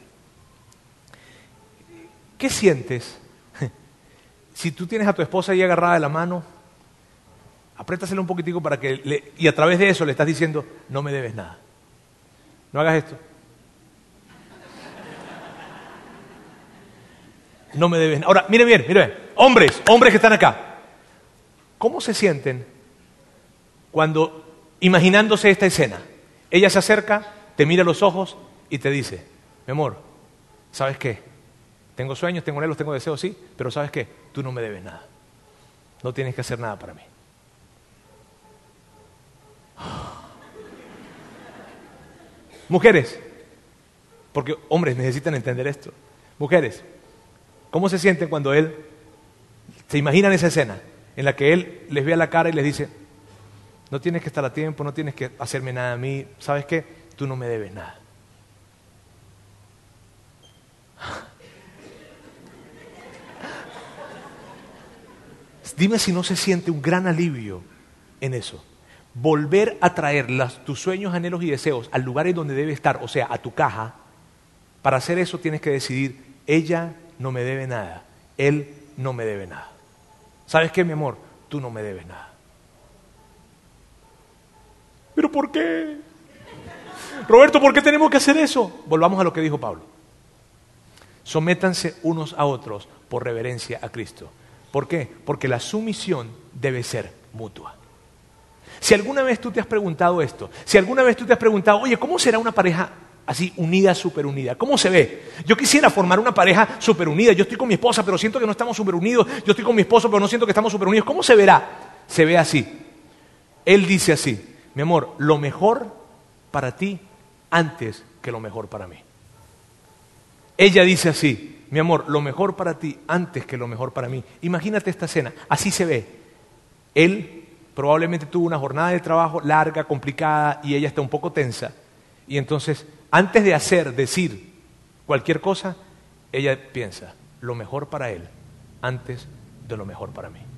¿qué sientes si tú tienes a tu esposa ahí agarrada de la mano? Apriétasela un poquitico para que le, y a través de eso le estás diciendo, no me debes nada. No hagas esto. No me debes nada. Ahora, miren bien, miren bien. Hombres, hombres que están acá. ¿Cómo se sienten cuando, imaginándose esta escena, ella se acerca, te mira a los ojos y te dice, mi amor, ¿sabes qué? Tengo sueños, tengo anhelos, tengo deseos, sí, pero ¿sabes qué? Tú no me debes nada. No tienes que hacer nada para mí. Mujeres, porque hombres necesitan entender esto. Mujeres, ¿cómo se sienten cuando él, se imaginan esa escena en la que él les ve a la cara y les dice, no tienes que estar a tiempo, no tienes que hacerme nada a mí, ¿sabes qué? Tú no me debes nada. Dime si no se siente un gran alivio en eso. Volver a traer las, tus sueños, anhelos y deseos al lugar en donde debe estar, o sea, a tu caja. Para hacer eso tienes que decidir, ella no me debe nada, él no me debe nada. ¿Sabes qué, mi amor? Tú no me debes nada. ¿Pero por qué? Roberto, ¿por qué tenemos que hacer eso? Volvamos a lo que dijo Pablo. Sométanse unos a otros por reverencia a Cristo. ¿Por qué? Porque la sumisión debe ser mutua. Si alguna vez tú te has preguntado esto, si alguna vez tú te has preguntado, oye, ¿cómo será una pareja así unida, súper unida? ¿Cómo se ve? Yo quisiera formar una pareja súper unida. Yo estoy con mi esposa, pero siento que no estamos súper unidos. Yo estoy con mi esposo, pero no siento que estamos súper unidos. ¿Cómo se verá? Se ve así. Él dice así, mi amor, lo mejor para ti antes que lo mejor para mí. Ella dice así, mi amor, lo mejor para ti antes que lo mejor para mí. Imagínate esta escena, así se ve. Él probablemente tuvo una jornada de trabajo larga, complicada, y ella está un poco tensa. Y entonces, antes de hacer, decir cualquier cosa, ella piensa, lo mejor para él antes de lo mejor para mí.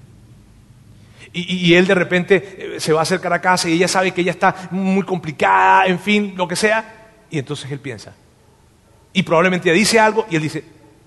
Y, y él de repente se va a acercar a casa y ella sabe que ella está muy complicada, en fin, lo que sea. Y entonces él piensa. Y probablemente ella dice algo y él dice,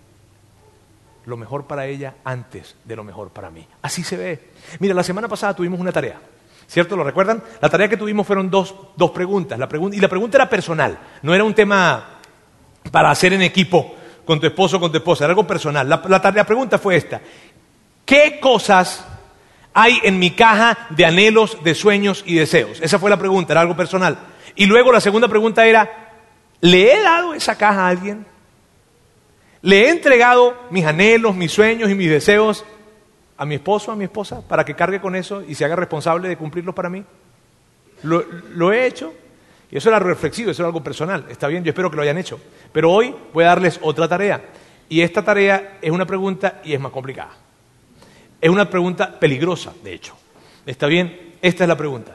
lo mejor para ella antes de lo mejor para mí. Así se ve. Mira, la semana pasada tuvimos una tarea, ¿cierto? ¿Lo recuerdan? La tarea que tuvimos fueron dos, dos preguntas. La pregunta, y la pregunta era personal. No era un tema para hacer en equipo con tu esposo o con tu esposa. Era algo personal. La, la, la pregunta fue esta. ¿Qué cosas hay en mi caja de anhelos, de sueños y deseos? Esa fue la pregunta, era algo personal. Y luego la segunda pregunta era, ¿le he dado esa caja a alguien? ¿Le he entregado mis anhelos, mis sueños y mis deseos a mi esposo, a mi esposa, para que cargue con eso y se haga responsable de cumplirlos para mí? ¿Lo, lo he hecho? Y eso era reflexivo, eso era algo personal. Está bien, yo espero que lo hayan hecho. Pero hoy voy a darles otra tarea. Y esta tarea es una pregunta y es más complicada. Es una pregunta peligrosa, de hecho. ¿Está bien? Esta es la pregunta.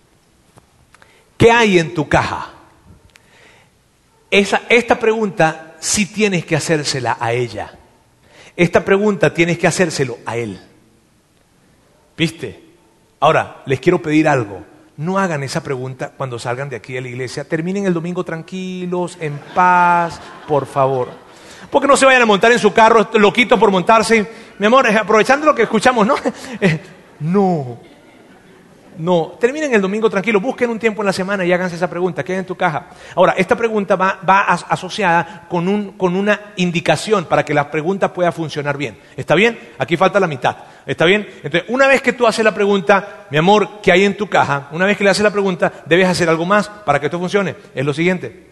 ¿Qué hay en tu caja? Esa, esta pregunta sí tienes que hacérsela a ella. Esta pregunta tienes que hacérselo a él. ¿Viste? Ahora, les quiero pedir algo. No hagan esa pregunta cuando salgan de aquí de la iglesia. Terminen el domingo tranquilos, en paz, por favor. Porque no se vayan a montar en su carro, loquitos por montarse. Mi amor, aprovechando lo que escuchamos, ¿no? No. No. Terminen el domingo tranquilo. Busquen un tiempo en la semana y háganse esa pregunta. ¿Qué hay en tu caja? Ahora, esta pregunta va, va as- asociada con, un, con una indicación para que la pregunta pueda funcionar bien. ¿Está bien? Aquí falta la mitad. ¿Está bien? Entonces, una vez que tú haces la pregunta, mi amor, ¿qué hay en tu caja? Una vez que le haces la pregunta, debes hacer algo más para que esto funcione. Es lo siguiente.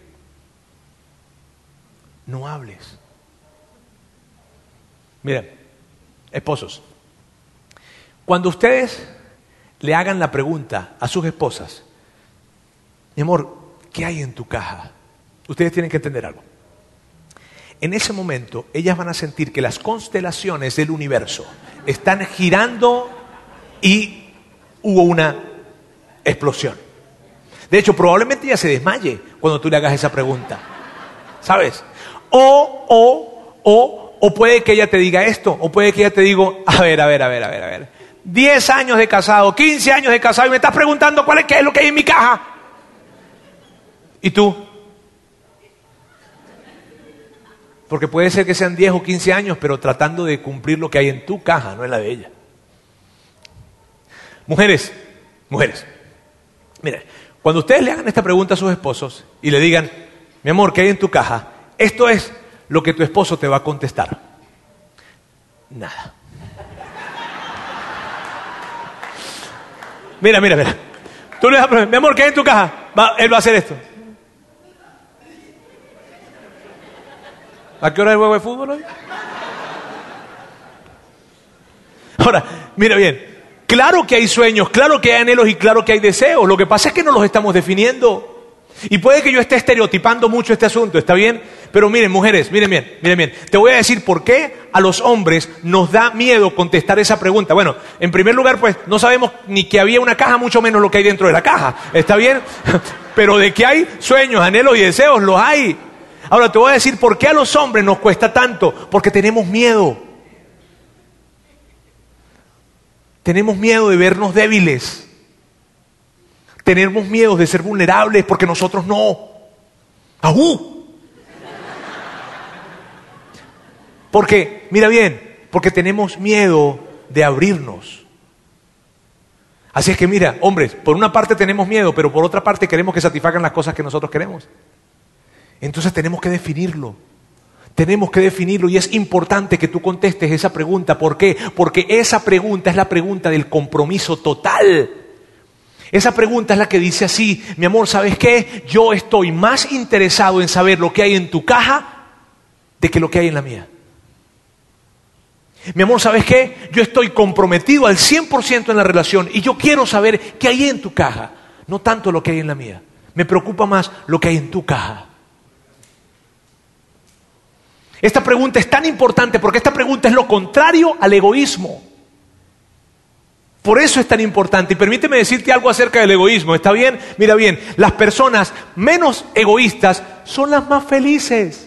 No hables. Miren, esposos, cuando ustedes le hagan la pregunta a sus esposas, mi amor, ¿qué hay en tu caja? Ustedes tienen que entender algo. En ese momento, ellas van a sentir que las constelaciones del universo están girando y hubo una explosión. De hecho, probablemente ella se desmaye cuando tú le hagas esa pregunta. ¿Sabes? O, o, o... O puede que ella te diga esto, o puede que ella te diga, a ver, a ver, a ver, a ver, a ver. diez años de casado, quince años de casado y me estás preguntando cuál es, qué es lo que hay en mi caja. ¿Y tú? Porque puede ser que sean diez o quince años, pero tratando de cumplir lo que hay en tu caja, no en la de ella. Mujeres, mujeres, miren, cuando ustedes le hagan esta pregunta a sus esposos y le digan, mi amor, ¿qué hay en tu caja? Esto es lo que tu esposo te va a contestar. Nada. Mira, mira, mira. Tú le vas a preguntar, mi amor, ¿qué hay en tu caja? Va, él va a hacer esto. ¿A qué hora es el juego de fútbol hoy? Ahora, mira bien. Claro que hay sueños, claro que hay anhelos y claro que hay deseos. Lo que pasa es que no los estamos definiendo. Y puede que yo esté estereotipando mucho este asunto, ¿está bien? Pero miren, mujeres, miren bien, miren bien. Te voy a decir por qué a los hombres nos da miedo contestar esa pregunta. Bueno, en primer lugar, pues, no sabemos ni que había una caja, mucho menos lo que hay dentro de la caja, ¿está bien? Pero de que hay sueños, anhelos y deseos, los hay. Ahora te voy a decir por qué a los hombres nos cuesta tanto. Porque tenemos miedo. Tenemos miedo de vernos débiles. Tenemos miedo de ser vulnerables porque nosotros no. ¡Ajú! Porque, mira bien, porque tenemos miedo de abrirnos. Así es que mira, hombres, por una parte tenemos miedo, pero por otra parte queremos que satisfagan las cosas que nosotros queremos. Entonces tenemos que definirlo. Tenemos que definirlo y es importante que tú contestes esa pregunta. ¿Por qué? Porque esa pregunta es la pregunta del compromiso total. Esa pregunta es la que dice así: mi amor, ¿sabes qué? Yo estoy más interesado en saber lo que hay en tu caja de que lo que hay en la mía. Mi amor, ¿sabes qué? Yo estoy comprometido al cien por ciento en la relación y yo quiero saber qué hay en tu caja, no tanto lo que hay en la mía. Me preocupa más lo que hay en tu caja. Esta pregunta es tan importante porque esta pregunta es lo contrario al egoísmo. Por eso es tan importante. Y permíteme decirte algo acerca del egoísmo. ¿Está bien? Mira bien, las personas menos egoístas son las más felices.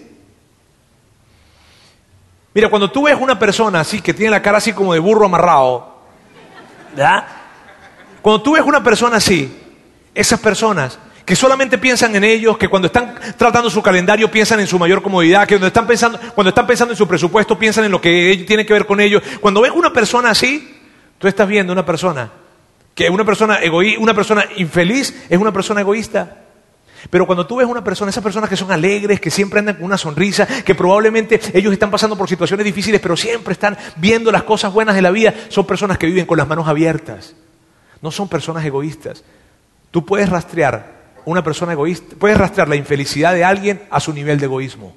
Mira, cuando tú ves una persona así, que tiene la cara así como de burro amarrado, ¿verdad? Cuando tú ves una persona así, esas personas que solamente piensan en ellos, que cuando están tratando su calendario piensan en su mayor comodidad, que cuando están pensando, cuando están pensando en su presupuesto piensan en lo que tiene que ver con ellos. Cuando ves una persona así, tú estás viendo una persona que una persona egoí, una persona infeliz es una persona egoísta. Pero cuando tú ves una persona, esas personas que son alegres, que siempre andan con una sonrisa, que probablemente ellos están pasando por situaciones difíciles, pero siempre están viendo las cosas buenas de la vida, son personas que viven con las manos abiertas. No son personas egoístas. Tú puedes rastrear una persona egoísta, puedes rastrear la infelicidad de alguien a su nivel de egoísmo.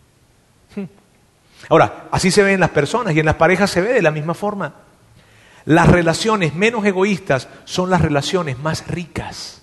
Ahora, así se ve en las personas y en las parejas se ve de la misma forma. Las relaciones menos egoístas son las relaciones más ricas.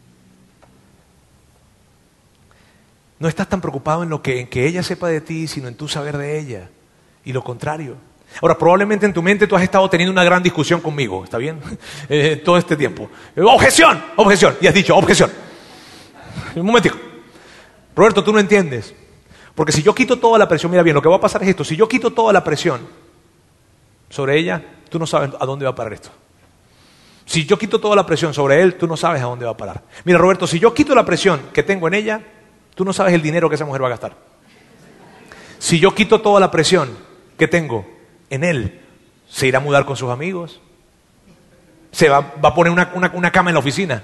No estás tan preocupado en lo que, en que ella sepa de ti, sino en tú saber de ella. Y lo contrario. Ahora, probablemente en tu mente tú has estado teniendo una gran discusión conmigo, ¿está bien? Eh, todo este tiempo. Eh, objeción, objeción. Y has dicho, objeción. Un momentico. Roberto, tú no entiendes. Porque si yo quito toda la presión, mira bien, lo que va a pasar es esto. Si yo quito toda la presión sobre ella, tú no sabes a dónde va a parar esto. Si yo quito toda la presión sobre él, tú no sabes a dónde va a parar. Mira, Roberto, si yo quito la presión que tengo en ella, tú no sabes el dinero que esa mujer va a gastar. Si yo quito toda la presión que tengo en él, se irá a mudar con sus amigos, se va, va a poner una, una, una cama en la oficina.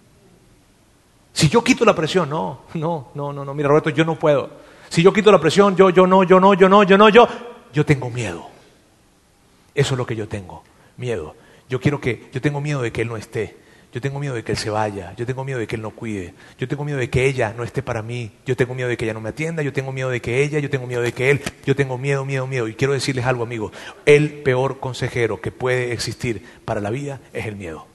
Si yo quito la presión, no, no, no, no, no, mira, Roberto, yo no puedo. Si yo quito la presión, yo, yo no, yo no, yo no, yo no, yo, yo tengo miedo. Eso es lo que yo tengo, miedo. Yo quiero que, yo tengo miedo de que él no esté. Yo tengo miedo de que él se vaya, yo tengo miedo de que él no cuide, yo tengo miedo de que ella no esté para mí, yo tengo miedo de que ella no me atienda, yo tengo miedo de que ella, yo tengo miedo de que él, yo tengo miedo, miedo, miedo. Y quiero decirles algo, amigos, el peor consejero que puede existir para la vida es el miedo.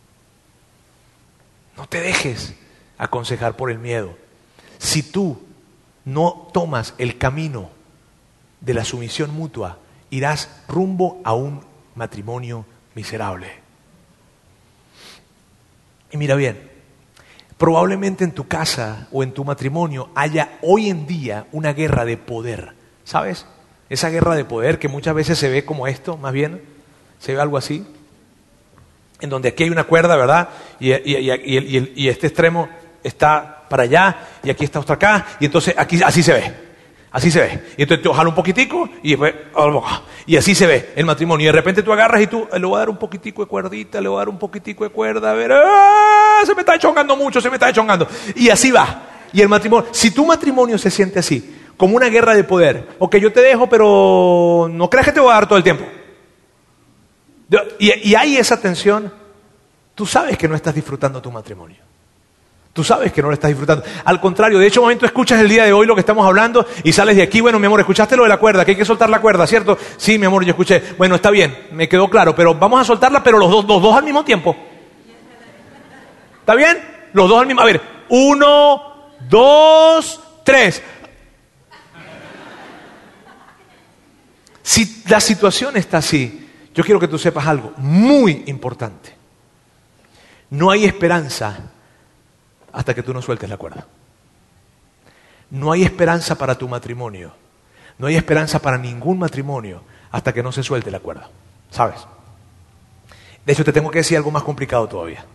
No te dejes aconsejar por el miedo. Si tú no tomas el camino de la sumisión mutua, irás rumbo a un matrimonio miserable. Y mira bien, probablemente en tu casa o en tu matrimonio haya hoy en día una guerra de poder, ¿sabes? Esa guerra de poder que muchas veces se ve como esto, más bien, se ve algo así, en donde aquí hay una cuerda, ¿verdad? Y, y, y, y, y, y este extremo está para allá y aquí está otro acá, y entonces aquí así se ve. Así se ve. Y entonces te jala un poquitico y después, y así se ve el matrimonio. Y de repente tú agarras y tú, le voy a dar un poquitico de cuerdita, le voy a dar un poquitico de cuerda, a ver, ¡ah! Se me está echongando mucho, se me está echongando. Y así va. Y el matrimonio, si tu matrimonio se siente así, como una guerra de poder, ok, yo te dejo, pero no creas que te voy a dar todo el tiempo. Y, y hay esa tensión, tú sabes que no estás disfrutando tu matrimonio. Tú sabes que no lo estás disfrutando. Al contrario, de hecho, un momento escuchas el día de hoy lo que estamos hablando y sales de aquí, bueno, mi amor, escuchaste lo de la cuerda, que hay que soltar la cuerda, ¿cierto? Sí, mi amor, yo escuché. Bueno, está bien, me quedó claro, pero vamos a soltarla, pero los dos, los dos al mismo tiempo. ¿Está bien? Los dos al mismo. A ver, uno, dos, tres. Si la situación está así, yo quiero que tú sepas algo muy importante. No hay esperanza hasta que tú no sueltes la cuerda. No hay esperanza para tu matrimonio. No hay esperanza para ningún matrimonio hasta que no se suelte la cuerda. ¿Sabes? De hecho, te tengo que decir algo más complicado todavía.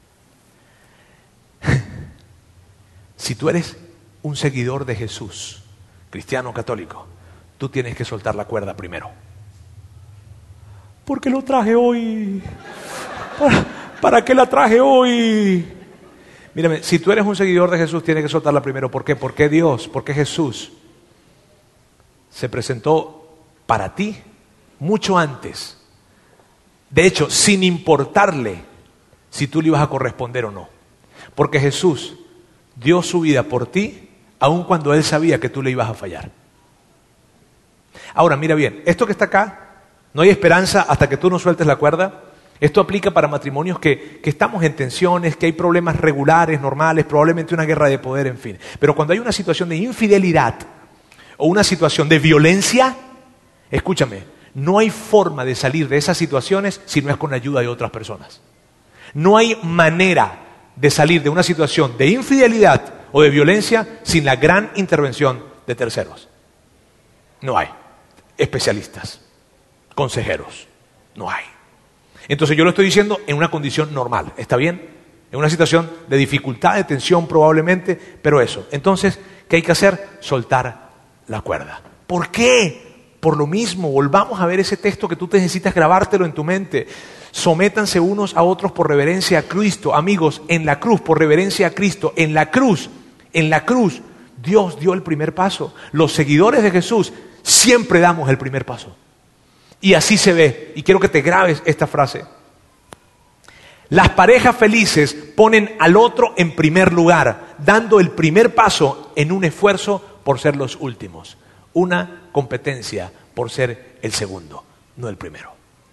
Si tú eres un seguidor de Jesús, cristiano católico, tú tienes que soltar la cuerda primero. ¿Por qué lo traje hoy? ¿Para, ¿Para qué la traje hoy? Mírame, si tú eres un seguidor de Jesús, tienes que soltarla primero. ¿Por qué? Porque Dios, porque Jesús se presentó para ti mucho antes. De hecho, sin importarle si tú le ibas a corresponder o no. Porque Jesús dio su vida por ti, aun cuando Él sabía que tú le ibas a fallar. Ahora, mira bien, esto que está acá, no hay esperanza hasta que tú no sueltes la cuerda. Esto aplica para matrimonios que, que estamos en tensiones, que hay problemas regulares, normales, probablemente una guerra de poder, en fin. Pero cuando hay una situación de infidelidad o una situación de violencia, escúchame, no hay forma de salir de esas situaciones si no es con la ayuda de otras personas. No hay manera de salir de una situación de infidelidad o de violencia sin la gran intervención de terceros. No hay. Especialistas, consejeros, no hay. Entonces yo lo estoy diciendo en una condición normal, ¿está bien? En una situación de dificultad, de tensión probablemente, pero eso. Entonces, ¿qué hay que hacer? Soltar la cuerda. ¿Por qué? Por lo mismo, volvamos a ver ese texto que tú te necesitas grabártelo en tu mente. Sométanse unos a otros por reverencia a Cristo. Amigos, en la cruz, por reverencia a Cristo, en la cruz, en la cruz, Dios dio el primer paso. Los seguidores de Jesús siempre damos el primer paso. Y así se ve. Y quiero que te grabes esta frase. Las parejas felices ponen al otro en primer lugar, dando el primer paso en un esfuerzo por ser los últimos. Una competencia por ser el segundo, no el primero.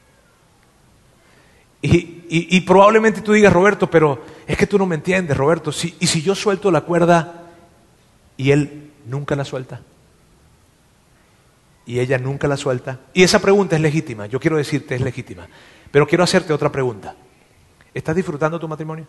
Y, y, y probablemente tú digas, Roberto, pero es que tú no me entiendes, Roberto. Si, ¿Y si yo suelto la cuerda y él nunca la suelta? Y ella nunca la suelta. Y esa pregunta es legítima, yo quiero decirte es legítima. Pero quiero hacerte otra pregunta. ¿Estás disfrutando tu matrimonio?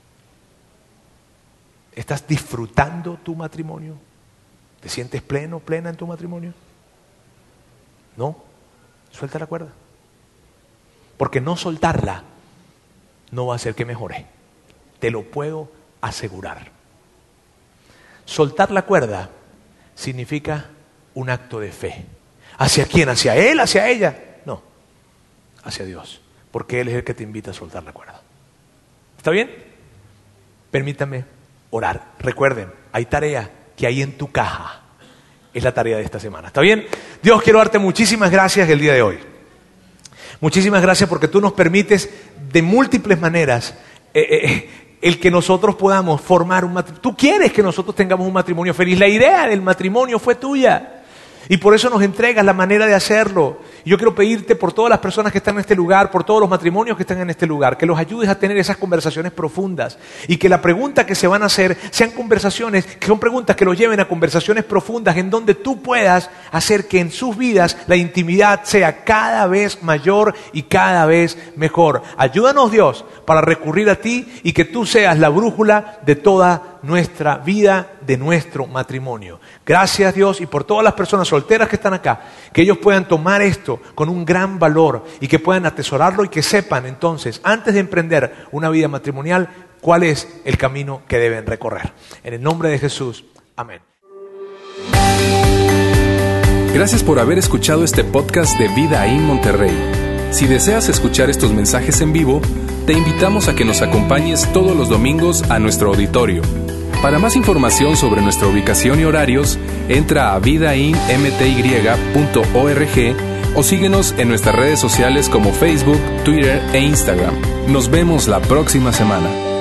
¿Estás disfrutando tu matrimonio? ¿Te sientes pleno, plena en tu matrimonio? No, suelta la cuerda. Porque no soltarla no va a hacer que mejore. Te lo puedo asegurar. Soltar la cuerda significa un acto de fe. ¿Hacia quién? ¿Hacia él? ¿Hacia ella? No, hacia Dios. Porque Él es el que te invita a soltar la cuerda. ¿Está bien? Permítame orar. Recuerden, hay tarea que hay en tu caja. Es la tarea de esta semana. ¿Está bien? Dios, quiero darte muchísimas gracias el día de hoy. Muchísimas gracias porque tú nos permites de múltiples maneras eh, eh, el que nosotros podamos formar un matrimonio. Tú quieres que nosotros tengamos un matrimonio feliz. La idea del matrimonio fue tuya. Y por eso nos entregas la manera de hacerlo. Y yo quiero pedirte por todas las personas que están en este lugar, por todos los matrimonios que están en este lugar, que los ayudes a tener esas conversaciones profundas. Y que la pregunta que se van a hacer sean conversaciones, que son preguntas que los lleven a conversaciones profundas en donde tú puedas hacer que en sus vidas la intimidad sea cada vez mayor y cada vez mejor. Ayúdanos, Dios, para recurrir a ti y que tú seas la brújula de toda nuestra vida, de nuestro matrimonio. Gracias, Dios, y por todas las personas solteras que están acá, que ellos puedan tomar esto con un gran valor y que puedan atesorarlo y que sepan entonces, antes de emprender una vida matrimonial, cuál es el camino que deben recorrer. En el nombre de Jesús, amén. Gracias por haber escuchado este podcast de Vida In Monterrey. Si deseas escuchar estos mensajes en vivo, te invitamos a que nos acompañes todos los domingos a nuestro auditorio. Para más información sobre nuestra ubicación y horarios, entra a vida in m t y punto org o síguenos en nuestras redes sociales como Facebook, Twitter e Instagram. Nos vemos la próxima semana.